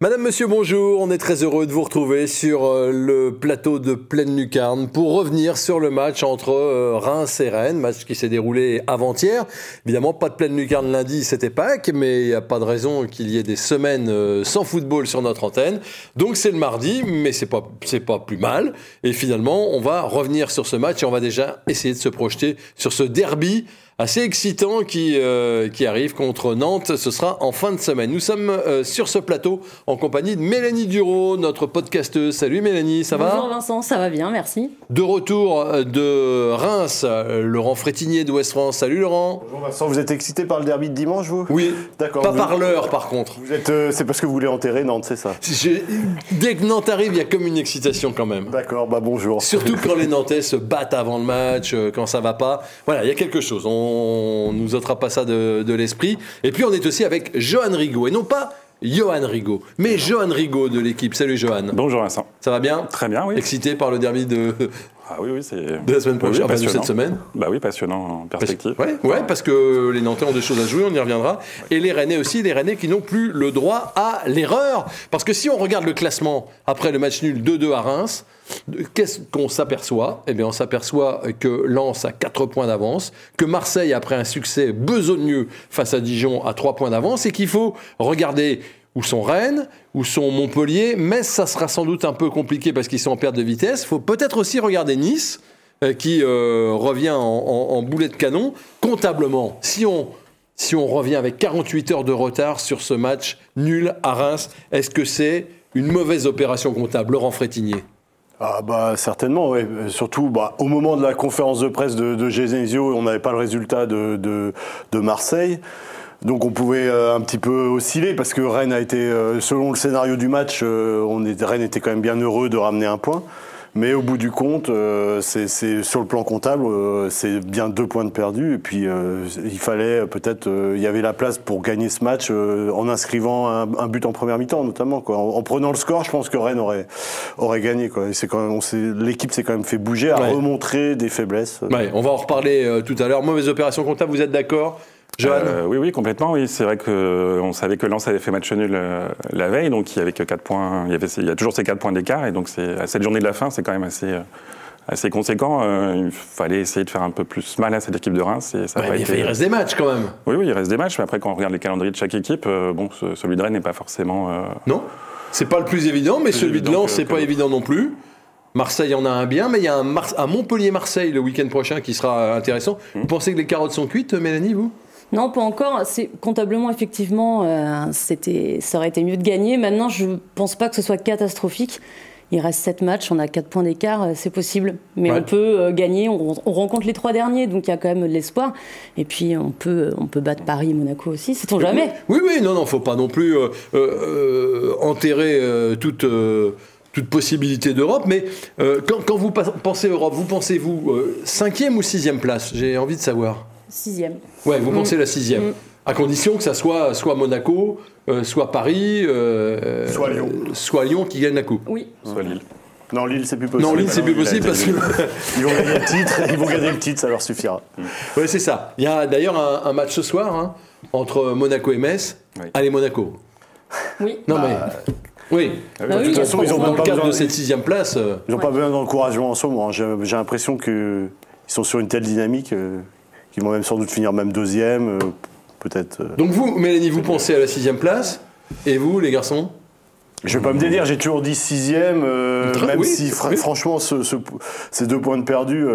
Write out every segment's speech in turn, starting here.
Madame, monsieur, bonjour. On est très heureux de vous retrouver sur le plateau de Pleine Lucarne pour revenir sur le match entre Reims et Rennes, match qui s'est déroulé avant-hier. Évidemment, pas de Pleine Lucarne lundi, c'était Pâques, mais il n'y a pas de raison qu'il y ait des semaines sans football sur notre antenne. Donc c'est le mardi, mais c'est pas plus mal. Et finalement, on va revenir sur ce match et on va déjà essayer de se projeter sur ce derby assez excitant qui arrive contre Nantes. Ce sera en fin de semaine. Nous sommes sur ce plateau en compagnie de Mélanie Duro, notre podcasteuse. Salut Mélanie, ça va ? Bonjour Vincent, ça va bien, merci. De retour de Reims, Laurent Frétinier d'Ouest France. Salut Laurent. Bonjour Vincent, vous êtes excité par le derby de dimanche, vous ? Oui, d'accord. Pas par l'heure par contre. C'est parce que vous voulez enterrer Nantes, c'est ça ? Dès que Nantes arrive, il y a comme une excitation quand même. D'accord, bonjour. Surtout quand les Nantais se battent avant le match, quand ça va pas. Voilà, il y a quelque chose. On nous ôtera pas ça de l'esprit. Et puis on est aussi avec Johan Rigaud. Et non pas Johan Rigaud, mais Johan Rigaud de l'équipe. Salut Johan. Bonjour Vincent. Ça va bien ? Très bien, oui. Excité par le derby de c'est... de la semaine prochaine, oui, enfin de cette semaine ? Bah oui, passionnant en perspective. Parce que les Nantais ont des choses à jouer, on y reviendra. Et les Rennais aussi, les Rennais qui n'ont plus le droit à l'erreur. Parce que si on regarde le classement après le match nul 2-2 à Reims, qu'est-ce qu'on s'aperçoit ? Eh bien, on s'aperçoit que Lens a 4 points d'avance, que Marseille, après un succès besogneux face à Dijon, a 3 points d'avance, et qu'il faut regarder où sont Rennes, où sont Montpellier. Metz, ça sera sans doute un peu compliqué parce qu'ils sont en perte de vitesse. Il faut peut-être aussi regarder Nice, qui revient en boulet de canon. Comptablement, si on revient avec 48 heures de retard sur ce match nul à Reims, est-ce que c'est une mauvaise opération comptable ? Laurent Frétinier. Certainement, oui. Surtout au moment de la conférence de presse de Genesio, on n'avait pas le résultat de Marseille. Donc on pouvait un petit peu osciller parce que Rennes a été, selon le scénario du match, Rennes était quand même bien heureux de ramener un point. Mais au bout du compte, c'est sur le plan comptable, c'est bien 2 points de perdus. Et puis il fallait peut-être, il y avait la place pour gagner ce match en inscrivant un but en première mi-temps notamment, quoi. En prenant le score, je pense que Rennes aurait gagné, quoi. Et c'est quand même, l'équipe s'est quand même fait bouger, à remontrer des faiblesses. Ouais, on va en reparler tout à l'heure. Mauvaise opération comptable, vous êtes d'accord ? Johan ? Oui, complètement. Oui, c'est vrai qu'on savait que Lens avait fait match nul la veille, donc il y avait que 4 points. Il y a toujours ces 4 points d'écart, et donc à cette journée de la fin, c'est quand même assez conséquent. Il fallait essayer de faire un peu plus mal à cette équipe de Reims. Et ça il reste des matchs quand même. Oui, il reste des matchs, mais après quand on regarde les calendriers de chaque équipe, celui de Rennes n'est pas forcément. Non, c'est pas le plus évident, mais celui de Lens, c'est pas évident non plus. Marseille en a un bien, mais il y a un Montpellier-Marseille le week-end prochain qui sera intéressant. Vous pensez que les carottes sont cuites, Mélanie, vous ? Non, pas encore. Comptablement, effectivement, ça aurait été mieux de gagner. Maintenant, je ne pense pas que ce soit catastrophique. Il reste 7 matchs, on a 4 points d'écart, c'est possible. Mais on peut gagner, on rencontre les 3 derniers, donc il y a quand même de l'espoir. Et puis on peut battre Paris et Monaco aussi, sait-on jamais. Oui, non, faut pas non plus enterrer toute possibilité d'Europe. Mais quand vous pensez Europe, vous pensez-vous 5e ou 6e place ? J'ai envie de savoir. 6e. Ouais, vous pensez la 6e. À condition que ça soit Monaco, soit Paris, soit Lyon qui gagne la coupe. Oui. Soit Lille. Non, Lille, c'est plus possible. Non, Lille, c'est plus possible parce que... Ils vont gagner le titre, ça leur suffira. Oui, c'est ça. Il y a d'ailleurs un match ce soir entre Monaco et Metz. Oui. Allez, Monaco. Oui. Non, mais... Oui. De toute façon, ils ont dans pas le cadre besoin de cette 6e place... Ils n'ont pas besoin d'encouragement en ce moment. J'ai l'impression qu'ils sont sur une telle dynamique qu'ils vont même sans doute finir même 2e, peut-être. Donc vous, Mélanie, vous pensez à la 6e place, et vous, les garçons ? Je ne vais pas me dédire, j'ai toujours dit 6e, même si franchement, ces 2 points de perdus,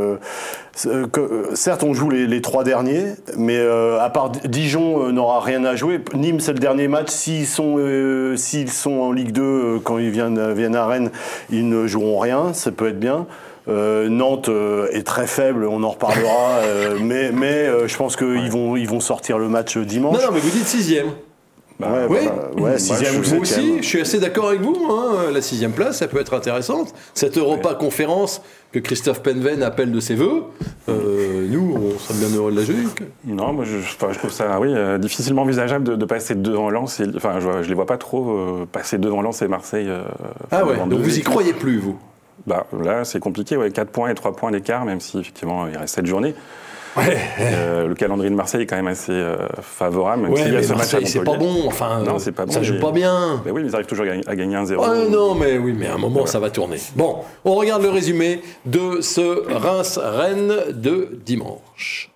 certes on joue les 3 derniers, mais à part Dijon n'aura rien à jouer. Nîmes, c'est le dernier match. S'ils sont en Ligue 2, quand ils viennent à Rennes, ils ne joueront rien, ça peut être bien. Nantes est très faible, on en reparlera, mais je pense qu'ils vont sortir le match dimanche. Non, mais vous dites 6e. Oui, 6e ou 7e. Moi aussi, je suis assez d'accord avec vous. La 6e place, ça peut être intéressante. Cette Europa Conférence que Christophe Penven appelle de ses voeux, nous, on serait bien heureux de la jouer. Non, moi je trouve ça difficilement envisageable de passer devant Lens. Enfin, je ne les vois pas trop passer devant Lens et Marseille. Donc vous y croyez plus, vous ? Là, c'est compliqué. 4 points et 3 points d'écart, même si effectivement il reste 7 journées. Le calendrier de Marseille est quand même assez favorable. Même s'il y a ce Marseille, match à c'est pas bon. Enfin, non, c'est pas bon, ça joue pas bien. Mais oui, mais ils arrivent toujours à gagner 1-0. Non, mais à un moment, ça va tourner. Bon, on regarde le résumé de ce Reims-Rennes de dimanche.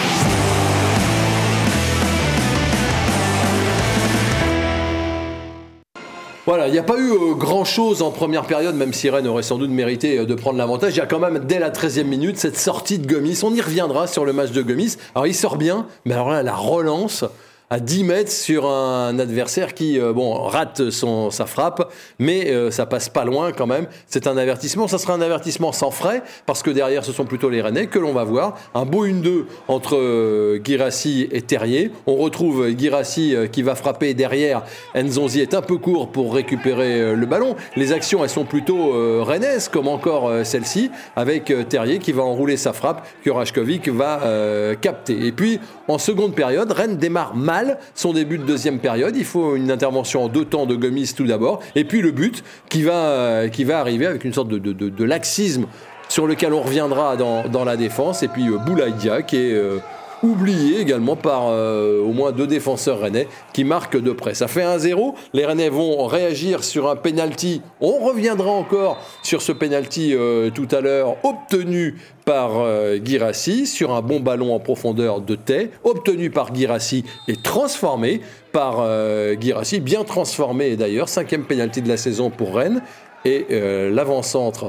Voilà, il n'y a pas eu grand-chose en première période, même si Rennes aurait sans doute mérité de prendre l'avantage. Il y a quand même, dès la 13e minute, cette sortie de Gomis. On y reviendra sur le match de Gomis. Alors, il sort bien, mais alors là, la relance à 10 mètres sur un adversaire qui rate sa frappe, mais ça passe pas loin quand même. C'est un avertissement. Ça sera un avertissement sans frais, parce que derrière, ce sont plutôt les Rennais que l'on va voir. Un beau 1-2 entre Guirassy et Terrier. On retrouve Guirassy qui va frapper derrière. Nzonzi est un peu court pour récupérer le ballon. Les actions, elles sont plutôt rennaises, comme encore celle-ci, avec Terrier qui va enrouler sa frappe, que Rajkovic va capter. Et puis, en seconde période, Rennes démarre mal son début de deuxième période. Il faut une intervention en 2 temps de Gomis tout d'abord, et puis le but qui va arriver avec une sorte de laxisme sur lequel on reviendra dans la défense, et puis Boulaïdia qui est oublié également par au moins 2 défenseurs rennais qui marquent de près. Ça fait 1-0. Les Rennais vont réagir sur un penalty. On reviendra encore sur ce penalty tout à l'heure, obtenu par Guirassy, sur un bon ballon en profondeur de Tay, obtenu par Guirassy et transformé par Guirassy, bien transformé d'ailleurs. 5e penalty de la saison pour Rennes. Et l'avant-centre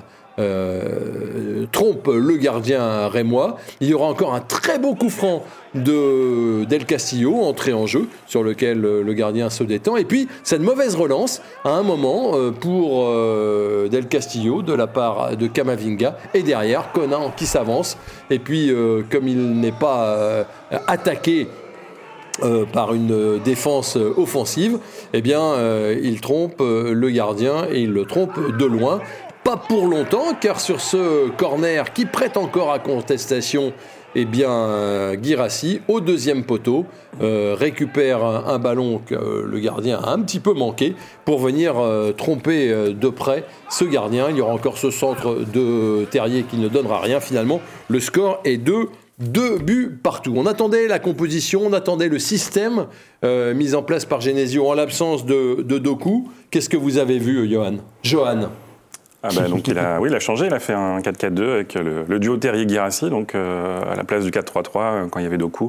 trompe le gardien rémois. Il y aura encore un très beau coup franc Del Castillo, entré en jeu, sur lequel le gardien se détend. Et puis, cette mauvaise relance, à un moment, pour Del Castillo, de la part de Camavinga. Et derrière, Conan qui s'avance. Et puis, comme il n'est pas attaqué par une défense offensive, eh bien, il trompe le gardien et il le trompe de loin. Pas pour longtemps, car sur ce corner qui prête encore à contestation, eh bien, Guirassy, au 2e poteau, récupère un ballon que le gardien a un petit peu manqué pour venir tromper de près ce gardien. Il y aura encore ce centre de Terrier qui ne donnera rien finalement. Le score est de 2 buts partout. On attendait la composition, on attendait le système mis en place par Genesio en l'absence de Doku. Qu'est-ce que vous avez vu, Johan? Donc il a changé, il a fait un 4-4-2 avec le duo Terrier-Guirassy, donc à la place du 4-3-3 quand il y avait Doku.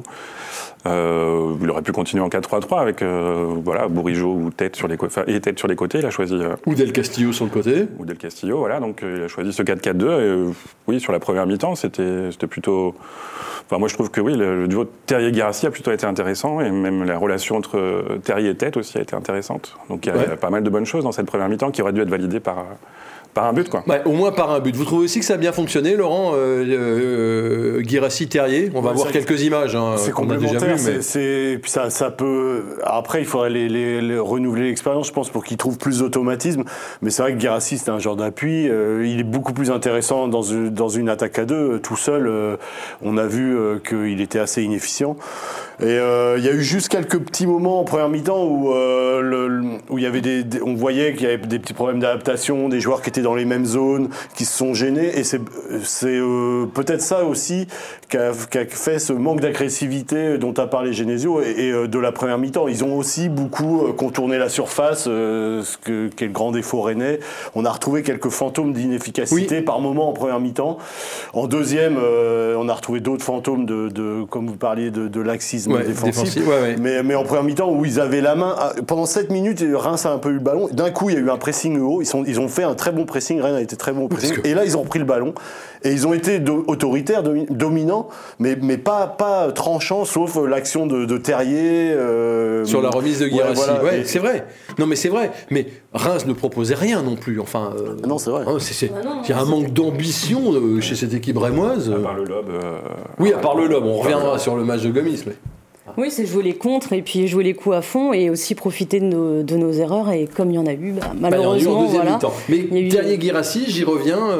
Il aurait pu continuer en 4-3-3 avec Bourigeaud ou Tête sur les côtés. Tête sur les côtés, il a choisi. Ou Del Castillo sur le côté. Ou Del Castillo, voilà. Donc il a choisi ce 4-4-2. Et oui, sur la première mi-temps, c'était plutôt. Enfin, moi je trouve que oui, le duo Terrier-Guirassy a plutôt été intéressant, et même la relation entre Terrier et Tête aussi a été intéressante. Donc il y a pas mal de bonnes choses dans cette première mi-temps qui auraient dû être validées par un but, quoi. Ouais, au moins par un but. Vous trouvez aussi que ça a bien fonctionné, Laurent? Guirassy-Terrier, on va voir quelques images. C'est complémentaire. Déjà vu, puis ça peut. Après, il faudrait les renouveler l'expérience, je pense, pour qu'ils trouvent plus d'automatisme. Mais c'est vrai que Guirassy, c'est un genre d'appui. Il est beaucoup plus intéressant dans une attaque à 2. Tout seul, on a vu qu'il était assez inefficient. Et il y a eu juste quelques petits moments en première mi-temps où il y avait on voyait qu'il y avait des petits problèmes d'adaptation, des joueurs qui étaient dans les mêmes zones, qui se sont gênés, et c'est peut-être ça aussi qui a fait ce manque d'agressivité dont a parlé Genesio et de la première mi-temps. Ils ont aussi beaucoup contourné la surface, qui est le grand défaut rennais. On a retrouvé quelques fantômes d'inefficacité par moment en première mi-temps. En deuxième, on a retrouvé d'autres fantômes comme vous parliez, de laxisme défensif. Mais en première mi-temps, où ils avaient la main, pendant 7 minutes, Reims a un peu eu le ballon. D'un coup, il y a eu un pressing haut. Ils ont fait un très bon pressing. Rennes a été très bon au pressing. Et là, ils ont repris le ballon. Et ils ont été autoritaires, dominants, mais pas tranchants, sauf l'action de Terrier. Sur la remise de Guirassy. C'est vrai. Non, mais c'est vrai. Mais Reims ne proposait rien non plus. Enfin, non, c'est vrai. Il y a un manque d'ambition chez cette équipe rémoise. À part le lob. Oui, à part le lob. On reviendra sur le match de Gomis. Mais... Oui, c'est jouer les contres et puis jouer les coups à fond et aussi profiter de nos erreurs. Et comme il y en a eu, malheureusement, il y en a eu en deuxième mi-temps. Mais Terrier-Guirassy, j'y reviens.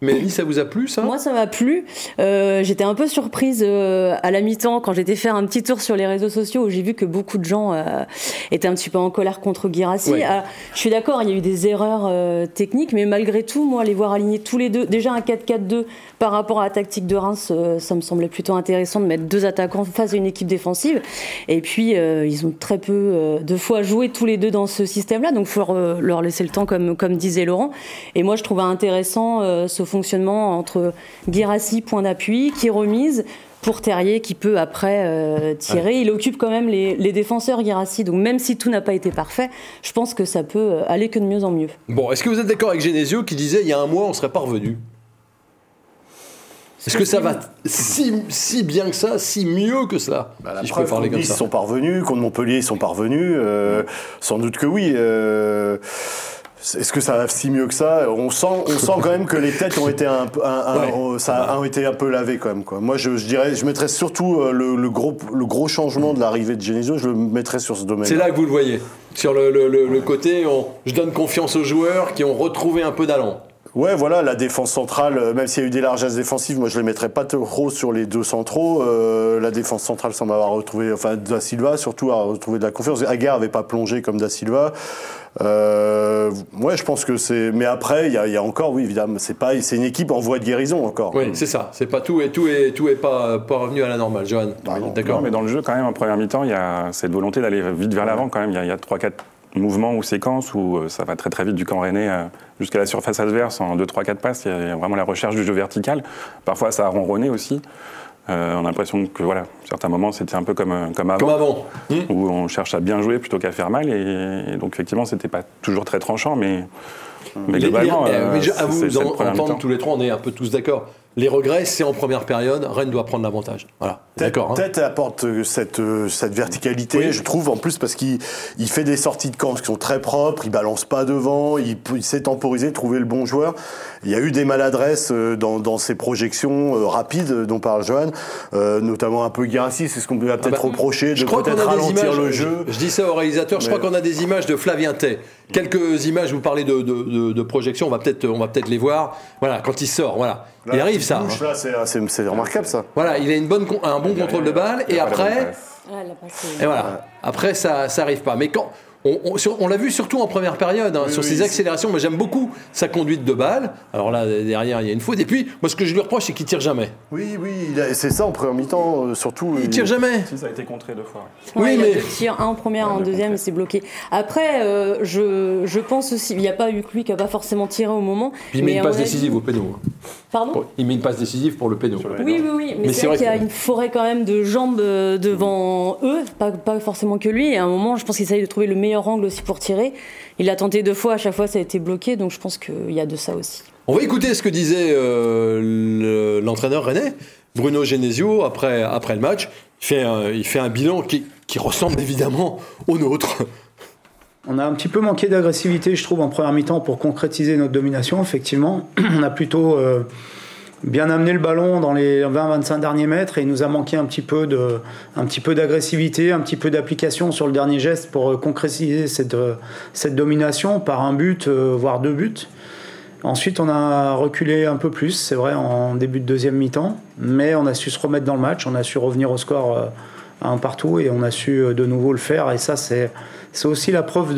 Mélanie, ça vous a plu, ça ? Moi, ça m'a plu. J'étais un peu surprise à la mi-temps quand j'étais faire un petit tour sur les réseaux sociaux où j'ai vu que beaucoup de gens étaient un petit peu en colère contre Guirassy. Ouais. Je suis d'accord, il y a eu des erreurs techniques, mais malgré tout, moi, les voir alignés tous les deux, déjà un 4-4-2 par rapport à la tactique de Reims, ça me semblait plutôt intéressant de mettre 2 attaquants face à une équipe défensive. Et puis, ils ont très peu de fois joué tous les deux dans ce système-là, donc il faut leur laisser le temps, comme disait Laurent. Et moi, je trouvais intéressant ce fonctionnement entre Guirassy, point d'appui, qui remise, pour Terrier qui peut après tirer. Ouais. Il occupe quand même les défenseurs Guirassy, donc même si tout n'a pas été parfait, je pense que ça peut aller que de mieux en mieux. Bon, est-ce que vous êtes d'accord avec Genesio qui disait il y a un mois on ne serait pas revenu ? Est-ce que ça va si bien que ça, si mieux que ça, si je peux parler comme ça ? Ils sont parvenus, contre Montpellier ils sont parvenus, sans doute que oui. Est-ce que ça va si mieux que ça ? On sent quand même que les têtes ont été ont été un peu lavées quand même, quoi. Moi, je dirais, je mettrais surtout le gros changement de l'arrivée de Genesio, je le mettrais sur ce domaine. C'est là que vous le voyez, sur le côté, je donne confiance aux joueurs qui ont retrouvé un peu d'allant. Ouais, voilà, la défense centrale, même s'il y a eu des largesses défensives, moi je les mettrais pas trop sur les 2 centraux. La défense centrale semble avoir retrouvé, enfin Da Silva surtout a retrouvé de la confiance. Aguerd avait pas plongé comme Da Silva. Ouais, je pense que c'est. Mais après, il y a encore, oui, évidemment, c'est une équipe en voie de guérison encore. Oui, c'est ça. C'est pas tout est pas revenu à la normale, Johan. D'accord. Non, mais dans le jeu, quand même, en première mi-temps, il y a cette volonté d'aller vite vers l'avant. Quand même, il y a 3-4 mouvements ou séquences où ça va très très vite du camp rennais jusqu'à la surface adverse en 2-3-4 passes. Il y a vraiment la recherche du jeu vertical. Parfois, ça a ronronné aussi. On a l'impression que voilà, à certains moments, c'était un peu comme avant. Où on cherche à bien jouer plutôt qu'à faire mal. Et donc, effectivement, c'était pas toujours très tranchant, mais globalement, à vous entendre tous les trois, on est un peu tous d'accord. Les regrets, c'est en première période, Rennes doit prendre l'avantage. Voilà. D'accord. Tête apporte cette verticalité, je trouve, en plus, parce qu'il fait des sorties de camp qui sont très propres, il balance pas devant, il sait temporiser, trouver le bon joueur. Il y a eu des maladresses dans ses projections rapides dont parle Johan, notamment un peu Guirassy, c'est ce qu'on peut peut-être reprocher, de peut-être ralentir le jeu. Je dis ça au réalisateur, je crois qu'on a des images de Flavien Tay. Quelques images, vous parlez de projection, on va peut-être les voir. Voilà, quand il sort, voilà. Là, il arrive ça. Là, c'est remarquable ça. Voilà, il a un bon contrôle de balle et après. Et voilà. Après, ça arrive pas. Mais quand. On l'a vu surtout en première période, sur ses accélérations. Moi, j'aime beaucoup sa conduite de balle. Alors là, derrière, il y a une faute. Et puis, moi, ce que je lui reproche, c'est qu'il tire jamais. Oui, c'est ça en première mi-temps, surtout. Il tire jamais. Si, ça a été contré 2 fois. Oui, mais il tire un en première, un en deuxième, et c'est bloqué. Après, je pense aussi, il n'y a pas eu que lui qui n'a pas forcément tiré au moment. Puis il met une passe décisive au péno. Pardon ? Il met une passe décisive pour le péno. Oui. Mais c'est vrai qu'il y a une forêt quand même de jambes devant eux, pas forcément que lui. Et à un moment, je pense qu'il essaye de trouver le meilleur angle aussi pour tirer. Il l'a tenté 2 fois, à chaque fois ça a été bloqué, donc je pense qu'il y a de ça aussi. On va écouter ce que disait l'entraîneur rennais, Bruno Genesio, après le match. Il fait un bilan qui ressemble évidemment au nôtre. On a un petit peu manqué d'agressivité, je trouve, en première mi-temps pour concrétiser notre domination, effectivement. On a plutôt bien amené le ballon dans les 20-25 derniers mètres et il nous a manqué un petit peu d'agressivité, un petit peu d'application sur le dernier geste pour concrétiser cette domination par un but, voire 2 buts. Ensuite, on a reculé un peu plus, c'est vrai, en début de deuxième mi-temps, mais on a su se remettre dans le match, on a su revenir au score à 1 partout et on a su de nouveau le faire. Et ça, c'est aussi la preuve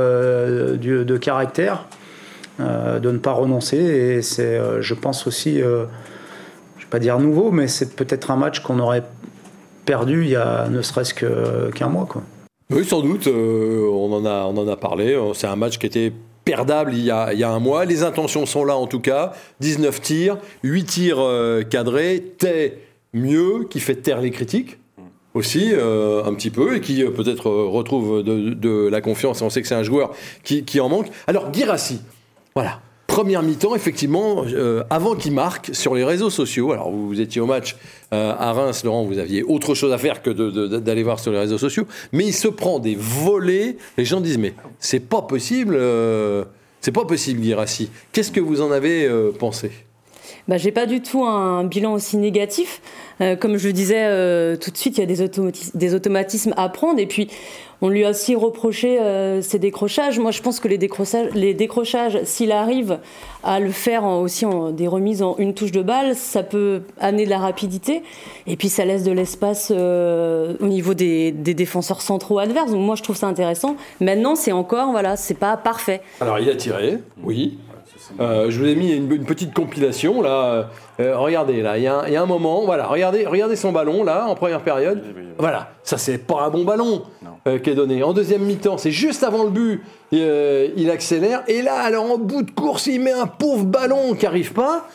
de caractère, de ne pas renoncer. Et c'est, je pense aussi, je ne vais pas dire nouveau, mais c'est peut-être un match qu'on aurait perdu il y a ne serait-ce qu'un mois, quoi. Oui, sans doute, on en a parlé. C'est un match qui était perdable il y a un mois. Les intentions sont là en tout cas. 19 tirs, 8 tirs cadrés. Tay mieux, qui fait taire les critiques aussi un petit peu et qui peut-être retrouve de la confiance. Et on sait que c'est un joueur qui en manque. Alors Guirassy, voilà. Première mi-temps, effectivement, avant qu'il marque sur les réseaux sociaux. Alors, vous étiez au match à Reims, Laurent, vous aviez autre chose à faire que d'aller voir sur les réseaux sociaux. Mais il se prend des volées. Les gens disent, mais c'est pas possible, Guirassy. Qu'est-ce que vous en avez pensé ? J'ai pas du tout un bilan aussi négatif. Comme je le disais tout de suite, il y a des automatismes à prendre. Et puis, on lui a aussi reproché ses décrochages. Moi, je pense que les décrochages, s'il arrive à le faire aussi en des remises en une touche de balle, ça peut amener de la rapidité. Et puis, ça laisse de l'espace au niveau des défenseurs centraux adverses. Donc, moi, je trouve ça intéressant. Maintenant, c'est pas parfait. Alors, il a tiré, oui. Je vous ai mis une petite compilation là. Regardez là, il y a un moment. Voilà, regardez son ballon là en première période. Voilà, ça c'est pas un bon ballon qui est donné. En deuxième mi-temps, c'est juste avant le but, il accélère et là, alors en bout de course, il met un pauvre ballon qui arrive pas.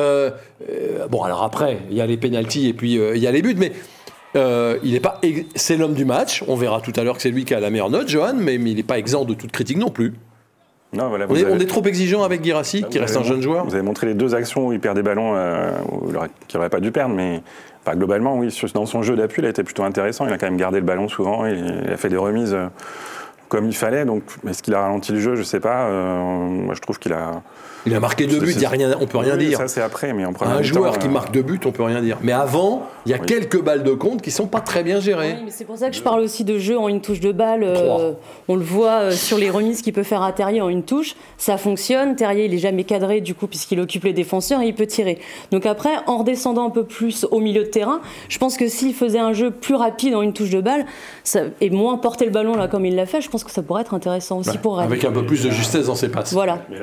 Bon, alors après, il y a les pénaltys et puis il y a les buts, mais. Il est pas. C'est l'homme du match. On verra tout à l'heure que c'est lui qui a la meilleure note, Johan, mais il n'est pas exempt de toute critique non plus. Non, voilà, on est trop exigeant avec Guirassy, qui reste un jeune joueur. Vous avez montré les 2 actions où il perd des ballons qu'il n'aurait pas dû perdre, mais globalement, oui, dans son jeu d'appui, il a été plutôt intéressant. Il a quand même gardé le ballon souvent, il a fait des remises comme il fallait. Donc, est-ce qu'il a ralenti le jeu? Je ne sais pas. Moi, je trouve qu'il a... Il a marqué 2 buts, on peut rien dire. Ça, c'est après, mais en première un joueur qui marque 2 buts, on peut rien dire. Mais avant, il y a quelques balles de compte qui sont pas très bien gérées. Oui, mais c'est pour ça que je parle aussi de jeu en une touche de balle. On le voit sur les remises qu'il peut faire à Terrier en une touche. Ça fonctionne. Terrier, il est jamais cadré, du coup, puisqu'il occupe les défenseurs et il peut tirer. Donc après, en redescendant un peu plus au milieu de terrain, je pense que s'il faisait un jeu plus rapide en une touche de balle et moins porter le ballon là comme il l'a fait, je pense que ça pourrait être intéressant aussi pour Rennes. Avec un peu plus de justesse dans ses passes. Voilà. Mais là,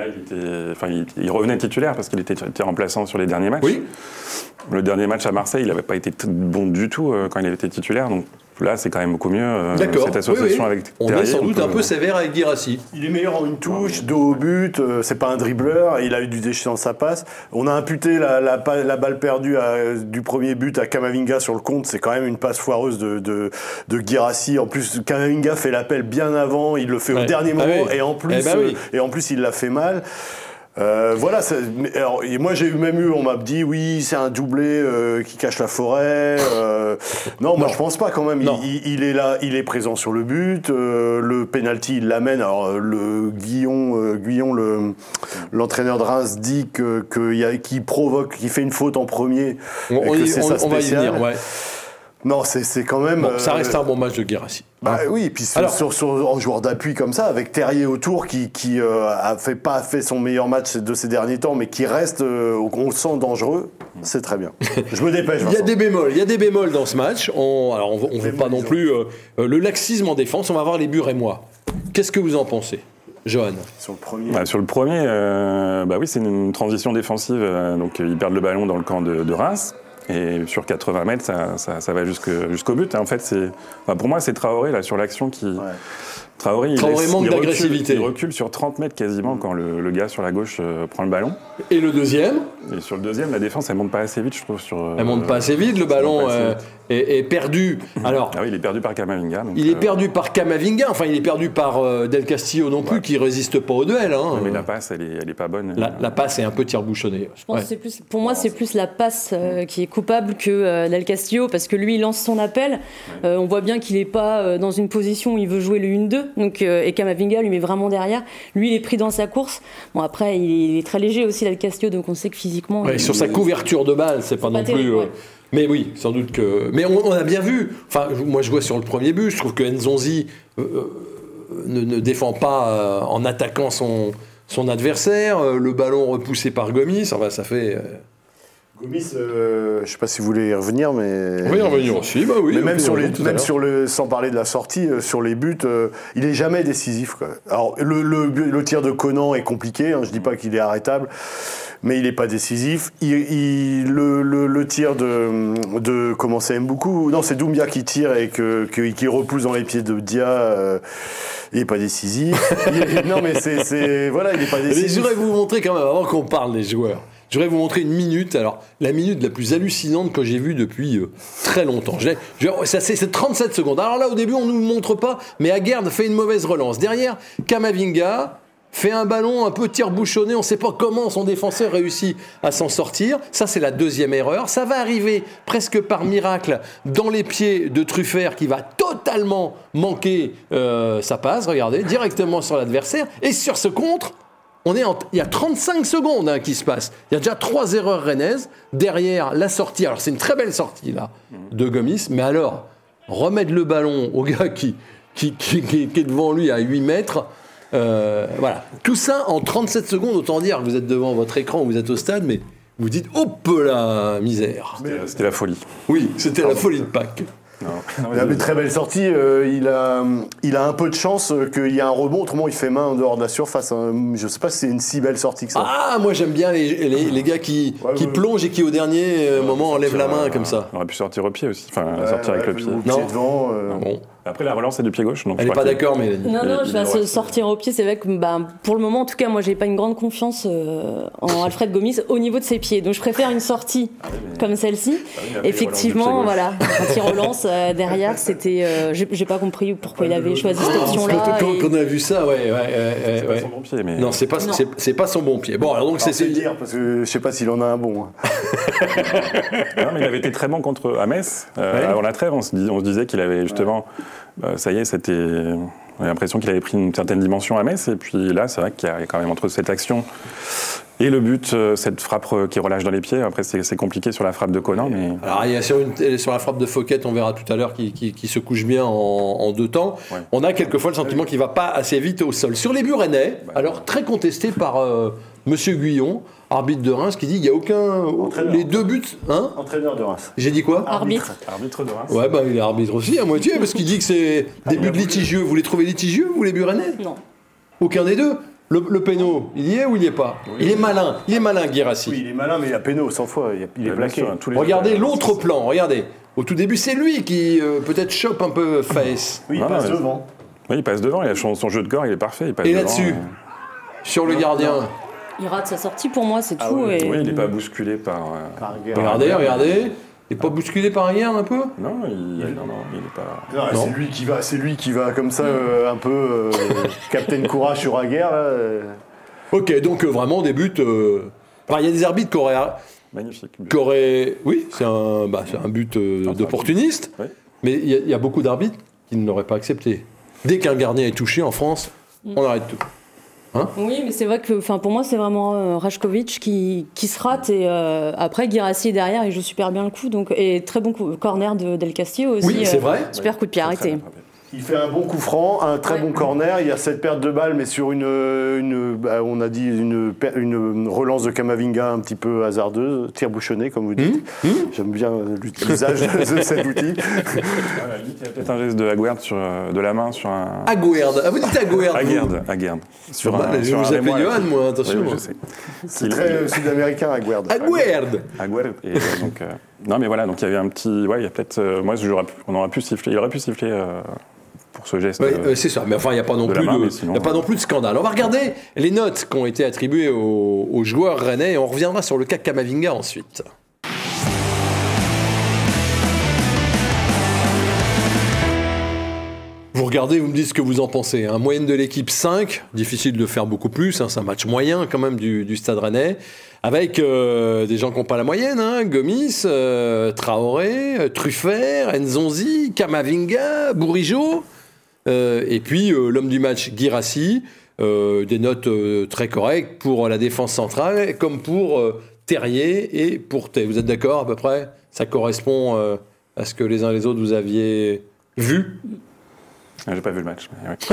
il revenait titulaire parce qu'il était remplaçant sur les derniers matchs. Oui. Le dernier match à Marseille, il n'avait pas été bon du tout quand il avait été titulaire. Donc là, c'est quand même beaucoup mieux. Cette association avec Terrier. On est sans doute un peu sévère avec Guirassy. Il est meilleur en une touche, dos au but. C'est pas un dribbleur. Il a eu du déchet dans sa passe. On a imputé la balle perdue du premier but à Camavinga sur le compte. C'est quand même une passe foireuse de Guirassy. En plus, Camavinga fait l'appel bien avant. Il le fait au dernier moment. Et en plus, il l'a fait mal. Voilà. Alors, moi, on m'a dit oui, c'est un doublé qui cache la forêt. Non, moi je pense pas quand même. Il est là, il est présent sur le but. Le penalty, il l'amène. Alors Guillon, l'entraîneur de Reims, dit qu'il provoque, qu'il fait une faute en premier. On va y venir. Ouais. Non, c'est quand même. Bon, ça reste un bon match de Guirassy. Oui, et puis en joueur d'appui comme ça, avec Terrier autour qui pas fait son meilleur match de ces derniers temps, mais qui reste, on le sent dangereux, c'est très bien. Je me dépêche. Il y a des bémols dans ce match. On ne veut pas non plus le laxisme en défense. On va voir les buts rémois. Qu'est-ce que vous en pensez, Johan? Sur le premier, oui, c'est une transition défensive. Donc ils perdent le ballon dans le camp de Reims. Et sur 80 mètres, ça va jusqu'au but. En fait, pour moi, c'est Traoré là, sur l'action qui... Ouais. Traoré manque d'agressivité. Il recule sur 30 mètres quasiment quand le gars sur la gauche prend le ballon. Et le deuxième? Et sur le deuxième, la défense, elle monte pas assez vite, je trouve. Elle monte pas assez vite, le ballon est perdu. Alors, il est perdu par Camavinga. Il est perdu par Camavinga, enfin il est perdu par Del Castillo non plus, qui résiste pas au duel. Mais la passe, elle est pas bonne. La passe est un peu tire-bouchonnée. Je pense que pour moi, c'est plus la passe qui est coupable que Del Castillo, parce que lui, il lance son appel. On voit bien qu'il est pas dans une position où il veut jouer le 1-2. Donc, et Camavinga lui met vraiment derrière. Lui, il est pris dans sa course. Bon, après, il est très léger aussi, Del Castillo, donc on sait que physiquement... sur sa couverture de balle, c'est pas non plus... Mais oui, sans doute que... Mais on a bien vu. Enfin, moi, je vois sur le premier but, je trouve que Nzonzi ne défend pas en attaquant son adversaire. Le ballon repoussé par Gomis, enfin, ça fait... Gomis, je ne sais pas si vous voulez y revenir, mais... On va y revenir aussi, oui. Mais même sans parler de la sortie, sur les buts, il n'est jamais décisif, quoi. Alors, le tir de Conan est compliqué, je ne dis pas qu'il est arrêtable, mais il n'est pas décisif. Le tir de comment c'est Mboukou, non, c'est Doumbia qui tire et qui repousse dans les pieds de Dia, il n'est pas décisif. Non, mais voilà, il n'est pas décisif. Mais je voudrais vous montrer quand même, avant qu'on parle des joueurs, je voudrais vous montrer une minute, alors la minute la plus hallucinante que j'ai vue depuis très longtemps. C'est 37 secondes. Alors là, au début, on ne nous montre pas, mais Aguerd fait une mauvaise relance. Derrière, Camavinga fait un ballon un peu tire-bouchonné. On ne sait pas comment son défenseur réussit à s'en sortir. Ça, c'est la deuxième erreur. Ça va arriver presque par miracle dans les pieds de Truffert qui va totalement manquer sa passe. Regardez, directement sur l'adversaire. Et sur ce contre... Il y a 35 secondes qui se passent. Il y a déjà 3 erreurs rennaises. Derrière, la sortie. Alors, c'est une très belle sortie, là, de Gomis. Mais alors, remettre le ballon au gars qui est devant lui à 8 mètres. Voilà. Tout ça en 37 secondes. Autant dire que vous êtes devant votre écran ou vous êtes au stade, mais vous dites, hop la misère. C'était la folie. Oui, c'était la folie de Pâques. Mais très belle sortie. Il a un peu de chance qu'il y ait un rebond. Autrement, il fait main en dehors de la surface. Je ne sais pas si c'est une si belle sortie que ça. Ah, moi j'aime bien les gars qui plongent et qui au dernier moment enlèvent la main comme ça. On aurait pu sortir au pied aussi. Enfin, sortir avec le pied. Pied devant. Bon. Après, la relance, c'est du pied gauche. Donc Elle n'est pas d'accord, Mélanie. Non, je vais sortir au pied. C'est vrai que pour le moment, en tout cas, moi, j'ai pas une grande confiance en Alfred Gomis au niveau de ses pieds. Donc, je préfère une sortie comme celle-ci. Effectivement, voilà, quand il relance derrière, c'était. J'ai pas compris pourquoi il avait choisi cette option-là. Quand on a vu ça, ouais. C'est pas son bon pied, mais... Non, c'est pas son bon pied. Bon, alors donc c'est dire parce que je sais pas s'il en a un bon. Non, mais il avait été très bon contre Metz. Avant la trêve, on se disait qu'il avait justement. Ça y est, on a l'impression qu'il avait pris une certaine dimension à Metz. Et puis là, c'est vrai qu'il y a quand même entre cette action et le but, cette frappe qui relâche dans les pieds. Après, c'est compliqué sur la frappe de Conan. Mais... Alors, il y a sur la frappe de Fouquet, on verra tout à l'heure, qui se couche bien en 2 temps. Ouais. On a quelquefois le sentiment qu'il ne va pas assez vite au sol. Sur les buts rennais, alors très contesté par Monsieur Guyon, arbitre de Reims, qui dit qu'il n'y a aucun... Les 2 buts... Hein, entraîneur de Reims. J'ai dit quoi? Arbitre de Reims. Ouais, il est arbitre aussi à moitié, parce qu'il dit que c'est des buts litigieux. Vous les trouvez litigieux, vous, les buts rennais? Non. Aucun des deux. Le péno, il y est ou il n'y est pas? Oui. Il est malin, Guirassy. Oui, il est malin, mais il y a péno 100 fois, il est plaqué. Regardez l'autre plan, regardez. Au tout début, c'est lui qui peut-être chope un peu Faes. Oui, il passe devant. Oui, il passe devant, il a son jeu de corps, il est parfait. Et là-dessus, sur le gardien. Il rate sa sortie pour moi, c'est tout. Oui, il n'est pas bousculé par Regardez. Il n'est pas bousculé par Aguerd un peu? Non, il n'est pas... Non. C'est lui qui va comme ça, un peu Captain Courage sur Aguerd. Ok, donc vraiment des buts... il y a des arbitres qui auraient... Magnifique. Oui, c'est un but d'opportuniste, oui. Mais il y a beaucoup d'arbitres qui ne l'auraient pas accepté. Dès qu'un gardien est touché en France, on arrête tout. Hein? Oui, mais c'est vrai que pour moi, c'est vraiment Rajkovic qui se rate. Et après, Guirassy est derrière, il joue super bien le coup. Et très bon corner Del Castillo aussi. Oui, c'est vrai. Super coup de pied arrêté. Il fait un bon coup franc, un très bon corner. Il y a cette perte de balle, mais sur on a dit une relance de Camavinga un petit peu hasardeuse, tir bouchonné, comme vous dites. J'aime bien l'usage de cet outil. Il y a peut-être un geste de Aguerd de la main sur un... Aguerd. Ah, vous dites Aguerd. Aguerd. Je vous appelle Johan, moi, attention. Oui, je sais. C'est très sud-américain, Aguerd. Aguerd. Et donc... Non, mais voilà, donc il y avait un petit... Ouais, il y a peut-être... on aurait pu siffler. Il aurait pu siffler... pour ce geste. Oui, c'est ça, mais enfin, il n'y a pas non plus de scandale. On va regarder les notes qui ont été attribuées aux joueurs rennais et on reviendra sur le cas Camavinga ensuite. Vous regardez, vous me dites ce que vous en pensez. Moyenne de l'équipe 5, difficile de faire beaucoup plus, c'est un match moyen quand même du Stade Rennais, avec des gens qui n'ont pas la moyenne, Gomis, Traoré, Truffert, Nzonzi, Camavinga, Bourigeaud, et puis l'homme du match, Guirassy, des notes très correctes pour la défense centrale, comme pour Terrier et pour Tay. Vous êtes d'accord à peu près? Ça correspond à ce que les uns et les autres vous aviez vu? J'ai pas vu le match.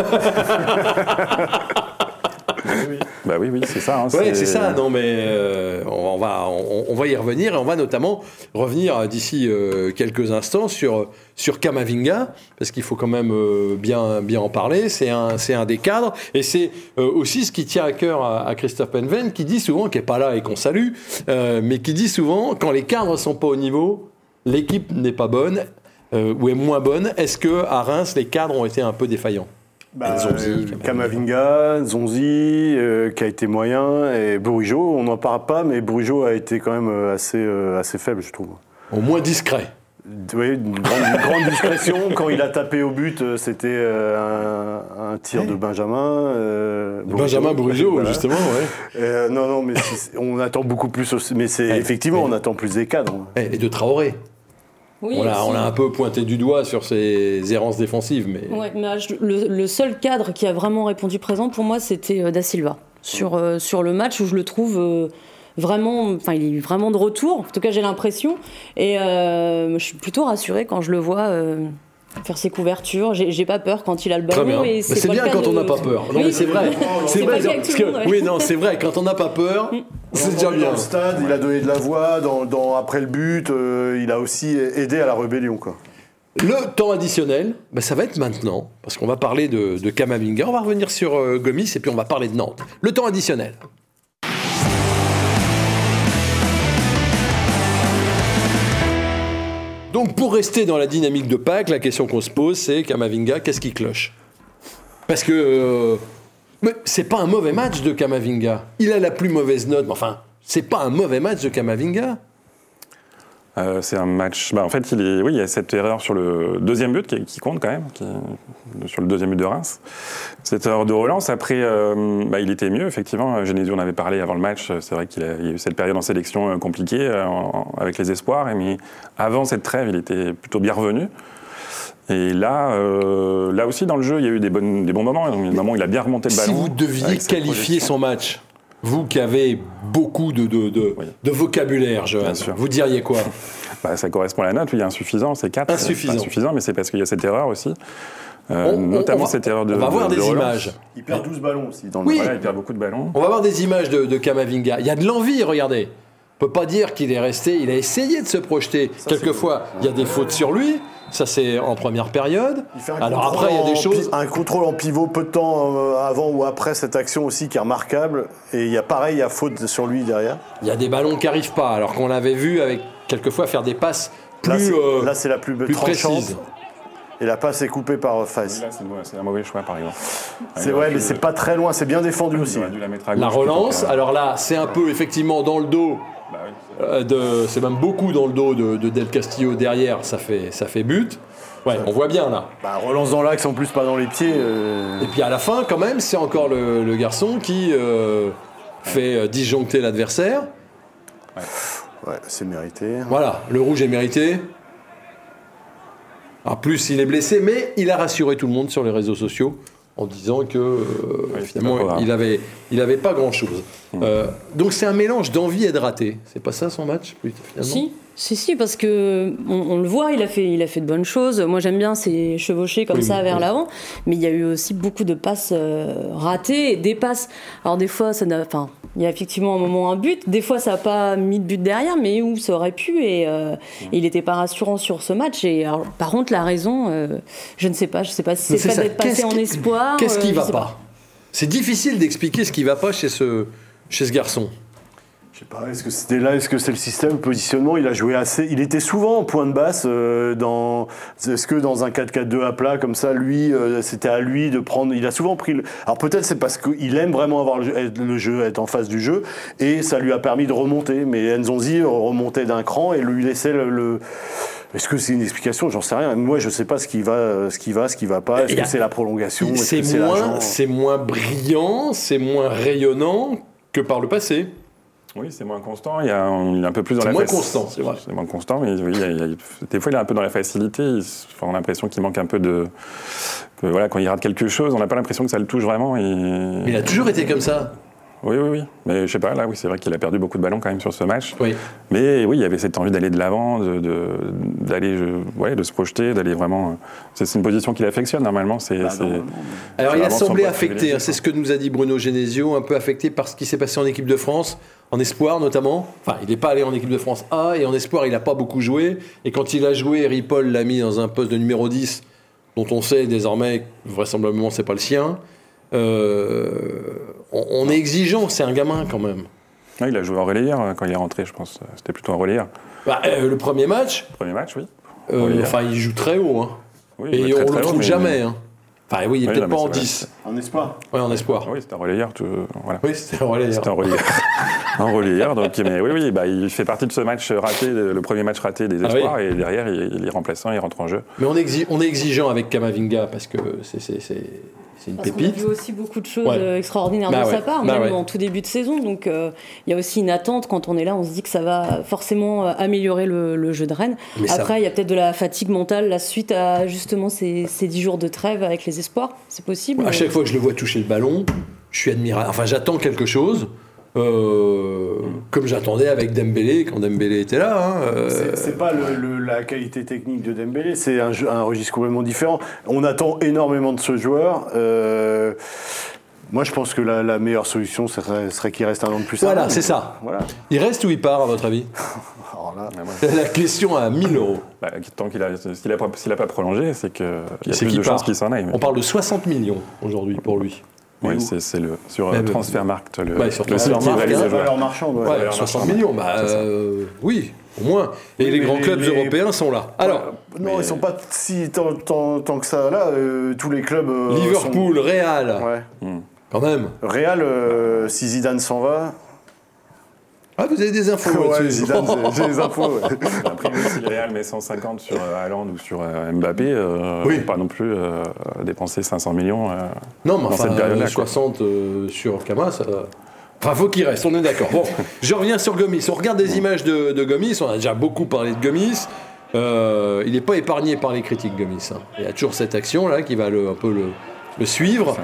Mais oui. Oui, c'est ça. C'est ça. Non, mais on va y revenir et on va notamment revenir d'ici quelques instants sur Camavinga parce qu'il faut quand même bien en parler. C'est un des cadres et c'est aussi ce qui tient à cœur à Christophe Penven qui dit souvent, qui est pas là et qu'on salue, mais qui dit souvent quand les cadres sont pas au niveau, l'équipe n'est pas bonne. Ou est moins bonne. Est-ce qu'à Reims, les cadres ont été un peu défaillants? Camavinga, Nzonzi, qui a été moyen, et Bourigeaud, on n'en parle pas, mais Bourigeaud a été quand même assez faible, je trouve. Au moins discret. Oui, une grande discrétion. Quand il a tapé au but, c'était un tir de Benjamin. Benjamin Bourigeaud, voilà. Justement, ouais. Non, mais on attend beaucoup plus, mais effectivement, on attend plus des cadres. Et de Traoré. Oui, on a un peu pointé du doigt sur ses errances défensives. Mais... Ouais, mais le seul cadre qui a vraiment répondu présent, pour moi, c'était Da Silva. sur le match où je le trouve vraiment, enfin il est vraiment de retour. En tout cas, j'ai l'impression. Et je suis plutôt rassurée quand je le vois. Faire ses couvertures, j'ai pas peur quand il a le ballon. Très bien. Et c'est bien quand on n'a pas peur. Non, oui, mais c'est vrai. C'est vrai. pas Parce que, oui, non, c'est vrai. Quand on n'a pas peur, c'est déjà bien. Dans le stade, il a donné de la voix. Après le but, il a aussi aidé à la rébellion, quoi. Le temps additionnel, ça va être maintenant, parce qu'on va parler de Camavinga. On va revenir sur Gomis et puis on va parler de Nantes. Le temps additionnel. Donc pour rester dans la dynamique de Pâques, la question qu'on se pose, c'est Camavinga, qu'est-ce qui cloche ? Parce que mais c'est pas un mauvais match de Camavinga. Il a la plus mauvaise note, mais enfin, c'est pas un mauvais match de Camavinga. C'est un match. En fait, il y a cette erreur sur le deuxième but qui compte quand même, sur le deuxième but de Reims. Cette erreur de relance. Après, il était mieux, effectivement. Genesio en avait parlé avant le match. C'est vrai qu'il y a eu cette période en sélection compliquée avec les espoirs. Mais avant cette trêve, il était plutôt bien revenu. Et là aussi, dans le jeu, il y a eu des bons moments. Il y a des moments où il a bien remonté le ballon. Si vous deviez qualifier son match, vous qui avez beaucoup de vocabulaire, Johan, vous diriez quoi ? Ça correspond à la note, oui, insuffisant, c'est 4. Insuffisant, mais c'est parce qu'il y a cette erreur aussi. Notamment cette erreur de. On va voir des relance. images. Il perd 12 ballons aussi. Oui. Voilà, il perd beaucoup de ballons. On va voir des images de Camavinga. Il y a de l'envie, regardez. On ne peut pas dire qu'il est resté. Il a essayé de se projeter. Quelquefois, il y a des fautes sur lui. Ça, c'est en première période. Alors après, il y a des choses. Un contrôle en pivot peu de temps avant ou après cette action aussi qui est remarquable. Et il y a faute sur lui derrière. Il y a des ballons qui n'arrivent pas. Alors qu'on l'avait vu avec quelquefois faire des passes plus. Là, c'est la plus précise. Et la passe est coupée par Faes. Là, c'est un mauvais choix, par exemple. Mais c'est pas très loin. C'est bien défendu aussi. La relance. Alors là, c'est un peu effectivement dans le dos. C'est même beaucoup dans le dos de Del Castillo derrière, ça fait but. Ouais, on voit bien là. Relance dans l'axe en plus, pas dans les pieds. Et puis à la fin, quand même, c'est encore le garçon qui fait disjoncter l'adversaire. Ouais, c'est mérité. Voilà, le rouge est mérité. En plus, il est blessé, mais il a rassuré tout le monde sur les réseaux sociaux en disant que finalement il avait pas grand chose. Donc c'est un mélange d'envie et de raté. C'est pas ça son match finalement. Si, parce que on le voit, il a fait de bonnes choses. Moi j'aime bien ces chevauchés comme ça vers l'avant, mais il y a eu aussi beaucoup de passes ratées et des passes. Alors des fois il y a effectivement un moment un but, des fois ça n'a pas mis de but derrière, mais où ça aurait pu et il n'était pas rassurant sur ce match. Et alors, par contre la raison, je ne sais pas si c'est pas d'être passé en espoir. Qu'est-ce qui va pas ? C'est difficile d'expliquer ce qui va pas chez ce garçon. Je sais pas, est-ce que c'était là, est-ce que c'est le système, le positionnement, il a joué assez, il était souvent en point de basse est-ce que dans un 4-4-2 à plat comme ça, lui, c'était à lui de prendre, il a souvent pris alors peut-être c'est parce qu'il aime vraiment avoir le jeu, être en face du jeu, et ça lui a permis de remonter, mais Nzonzi remontait d'un cran et lui laissait Est-ce que c'est une explication ? J'en sais rien. Moi, je sais pas ce qui va pas. Est-ce que c'est la prolongation ? C'est moins brillant, c'est moins rayonnant que par le passé. Oui, c'est moins constant. Il est un peu plus dans la facilité. C'est moins constant, c'est vrai. C'est moins constant, mais oui, des fois, il est un peu dans la facilité. On a l'impression qu'il manque un peu de. Quand il rate quelque chose, on n'a pas l'impression que ça le touche vraiment. Mais il a toujours été comme ça. Oui. Mais je sais pas, là, oui, c'est vrai qu'il a perdu beaucoup de ballons quand même sur ce match. Oui. Mais oui, il y avait cette envie d'aller de l'avant, d'aller, de se projeter, d'aller vraiment. C'est une position qu'il affectionne normalement. Alors, il a semblé affecté. C'est ce que nous a dit Bruno Genesio, un peu affecté par ce qui s'est passé en équipe de France, en espoir notamment. Enfin, il n'est pas allé en équipe de France A et en espoir, il n'a pas beaucoup joué. Et quand il a joué, Ripoll l'a mis dans un poste de numéro 10, dont on sait désormais, vraisemblablement, c'est pas le sien. On est exigeant, c'est un gamin quand même. Ouais, il a joué en relayeur quand il est rentré, je pense. C'était plutôt en relayeur. Le premier match. Oui. Il joue très haut. Hein. Oui, et on ne le trouve jamais. Hein. Enfin, oui, il n'est peut-être pas en 10. En espoir. Oui, en espoir. Oui, c'était en relayeur. Voilà. Oui, c'était en relayeur. En relayeur. Donc, mais oui, il fait partie de ce match raté, le premier match raté des espoirs, et derrière, il est remplaçant, il rentre en jeu. Mais on est exigeant avec Camavinga parce que c'est une pépite. On a vu aussi beaucoup de choses extraordinaires de sa part, même en tout début de saison. Donc il y a aussi une attente. Quand on est là, on se dit que ça va forcément améliorer le jeu de Rennes. Mais après, il y a peut-être de la fatigue mentale la suite à justement ces 10 jours de trêve avec les espoirs. C'est possible. À chaque fois que je le vois toucher le ballon, je suis admiratif. Enfin, j'attends quelque chose. Comme j'attendais avec Dembélé quand Dembélé était là. C'est pas la qualité technique de Dembélé, c'est un registre complètement différent. On attend énormément de ce joueur. Moi, je pense que la meilleure solution serait qu'il reste un an de plus. Voilà, c'est ça. Voilà. Il reste ou il part, à votre avis? Alors là, la question à 1000 €. Tant s'il n'a pas prolongé, c'est qu'il y a plus de chances qu'il s'en aille. On parle de 60 millions aujourd'hui pour lui. Oui, c'est sur Transfermarkt, sur Transfermarkt, la valeur marchande. Ouais, 60 millions, oui, au moins. Et les grands clubs européens sont là. Alors, non, ils sont pas si tant que ça là. Tous les clubs. Liverpool, Real. Ouais. Quand même. Real, si Zidane s'en va. Ah, vous avez des infos ouais, Zidane, j'ai des infos. Ouais. Après, si le Real met 150 sur Haaland ou sur Mbappé, pas non plus dépenser 500 millions non, mais dans cette période-là. 60 sur Kama, ça... Enfin, faut qu'il reste, on est d'accord. Bon, je reviens sur Gomis. On regarde des images de Gomis, on a déjà beaucoup parlé de Gomis. Il n'est pas épargné par les critiques, Gomis. Hein. Il y a toujours cette action-là qui va un peu le suivre.